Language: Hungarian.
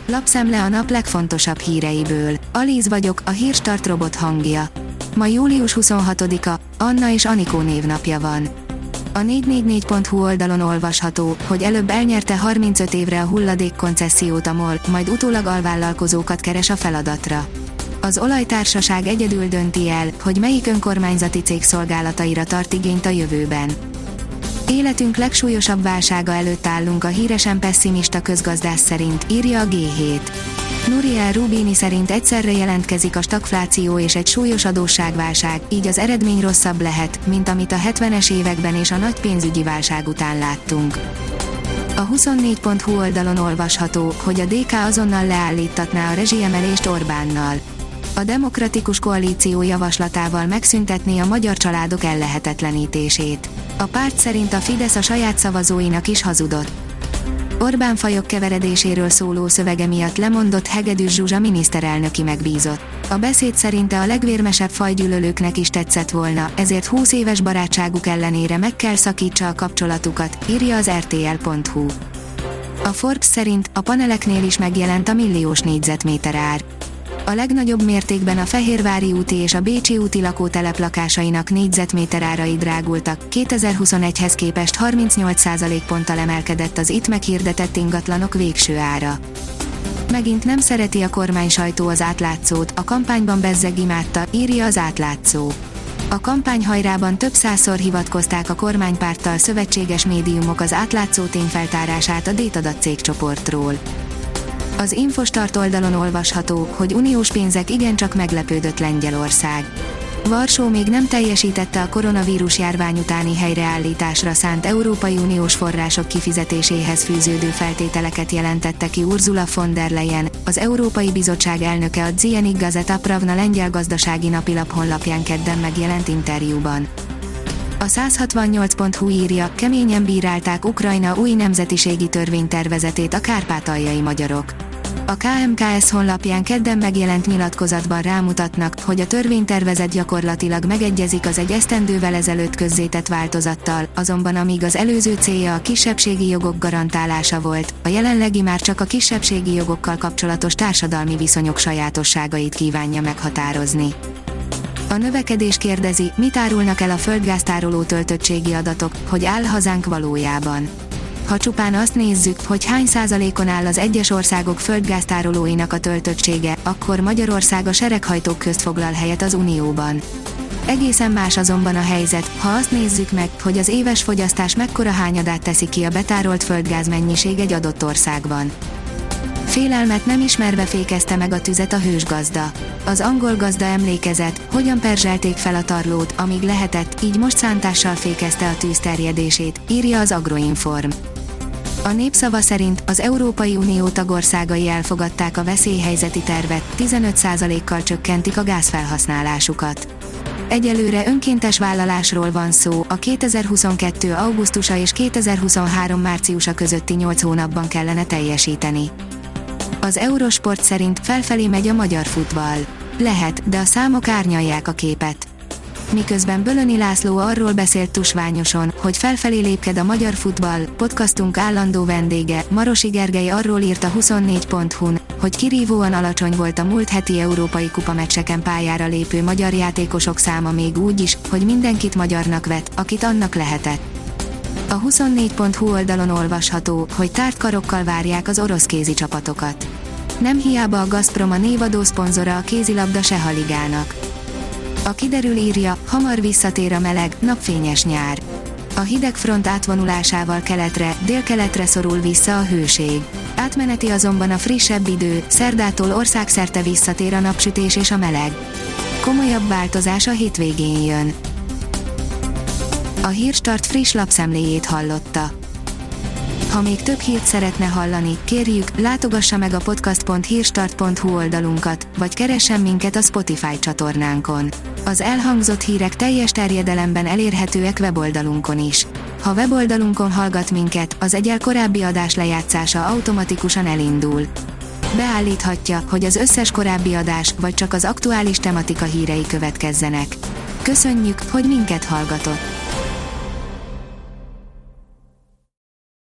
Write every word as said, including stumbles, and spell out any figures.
Lapszemle a nap legfontosabb híreiből. Alíz vagyok, a Hírstart robot hangja. Ma július huszonhatodika, Anna és Anikó névnapja van. A négy négy négy pont hu oldalon olvasható, hogy előbb elnyerte harmincöt évre a hulladékkoncessziót a MOL, majd utólag alvállalkozókat keres a feladatra. Az olajtársaság egyedül dönti el, hogy melyik önkormányzati cég szolgálataira tart igényt a jövőben. Életünk legsúlyosabb válsága előtt állunk a híresen pesszimista közgazdász szerint, írja a gé hét. Nouriel Roubini szerint egyszerre jelentkezik a stagfláció és egy súlyos adósságválság, így az eredmény rosszabb lehet, mint amit a hetvenes években és a nagy pénzügyi válság után láttunk. A huszonnégy pont hu oldalon olvasható, hogy a dé ká azonnal leállítatná a rezsiemelést Orbánnal. A Demokratikus Koalíció javaslatával megszüntetné a magyar családok ellehetetlenítését. A párt szerint a Fidesz a saját szavazóinak is hazudott. Orbán fajok keveredéséről szóló szövege miatt lemondott Hegedűs Zsuzsa miniszterelnöki megbízott. A beszéd szerinte a legvérmesebb fajgyűlölőknek is tetszett volna, ezért húsz éves barátságuk ellenére meg kell szakítsa a kapcsolatukat, írja az er té el pont hu. A Forbes szerint a paneleknél is megjelent a milliós négyzetméter ár. A legnagyobb mértékben a Fehérvári úti és a Bécsi úti lakótelep lakásainak négyzetméter árai drágultak, kétezer-huszonegyhez képest harmincnyolc százalékponttal emelkedett az itt meghirdetett ingatlanok végső ára. Megint nem szereti a kormány sajtó az átlátszót, a kampányban bezzeg imádta, írja az átlátszó. A kampányhajrában több százszor hivatkozták a kormánypárttal szövetséges médiumok az átlátszó tényfeltárását a Détadat cégcsoportról. Az Infostart oldalon olvasható, hogy uniós pénzek igencsak meglepődött Lengyelország. Varsó még nem teljesítette a koronavírus járvány utáni helyreállításra szánt Európai Uniós források kifizetéséhez fűződő feltételeket jelentette ki Ursula von der Leyen, az Európai Bizottság elnöke a Dziennik Gazeta Pravna lengyel gazdasági napilap honlapján kedden megjelent interjúban. A száz hatvannyolc pont hu írja, keményen bírálták Ukrajna új nemzetiségi törvénytervezetét a kárpátaljai magyarok. A ká em ká es honlapján kedden megjelent nyilatkozatban rámutatnak, hogy a törvénytervezet gyakorlatilag megegyezik az egy esztendővel ezelőtt közzétett változattal, azonban amíg az előző célja a kisebbségi jogok garantálása volt, a jelenlegi már csak a kisebbségi jogokkal kapcsolatos társadalmi viszonyok sajátosságait kívánja meghatározni. A növekedés kérdezi, mit árulnak el a földgáztároló töltöttségi adatok, hogy áll hazánk valójában. Ha csupán azt nézzük, hogy hány százalékon áll az egyes országok földgáztárolóinak a töltöttsége, akkor Magyarország a sereghajtók közt foglal helyet az Unióban. Egészen más azonban a helyzet, ha azt nézzük meg, hogy az éves fogyasztás mekkora hányadát teszi ki a betárolt földgáz mennyiség egy adott országban. Félelmet nem ismerve fékezte meg a tüzet a hősgazda. Az angol gazda emlékezett, hogyan perzselték fel a tarlót, amíg lehetett, így most szántással fékezte a tűz terjedését, írja az Agroinform. A Népszava szerint az Európai Unió tagországai elfogadták a veszélyhelyzeti tervet, tizenöt százalékkal csökkentik a gázfelhasználásukat. Egyelőre önkéntes vállalásról van szó, a kétezer-huszonkettő augusztusa és kétezer-huszonhárom márciusa közötti nyolc hónapban kellene teljesíteni. Az Eurosport szerint felfelé megy a magyar futball. Lehet, de a számok árnyalják a képet. Miközben Bölöni László arról beszélt tusványosan, hogy felfelé lépked a magyar futball, podcastunk állandó vendége, Marosi Gergely arról írt a huszonnégy pont hu-n, hogy kirívóan alacsony volt a múlt heti európai kupameccseken pályára lépő magyar játékosok száma még úgy is, hogy mindenkit magyarnak vett, akit annak lehetett. A huszonnégy pont hu oldalon olvasható, hogy tárt karokkal várják az orosz kézi csapatokat. Nem hiába a Gazprom a névadó szponzora a kézilabda Sehaligának. A Kiderül írja, hamar visszatér a meleg, napfényes nyár. A hideg front átvonulásával keletre, délkeletre szorul vissza a hőség. Átmeneti azonban a frissebb idő, szerdától országszerte visszatér a napsütés és a meleg. Komolyabb változás a hétvégén jön. A Hírstart friss lapszemléjét hallotta. Ha még több hírt szeretne hallani, kérjük, látogassa meg a podcast pont hírstart pont hu oldalunkat, vagy keressen minket a Spotify csatornánkon. Az elhangzott hírek teljes terjedelemben elérhetőek weboldalunkon is. Ha weboldalunkon hallgat minket, az egyel korábbi adás lejátszása automatikusan elindul. Beállíthatja, hogy az összes korábbi adás, vagy csak az aktuális tematika hírei következzenek. Köszönjük, hogy minket hallgatott!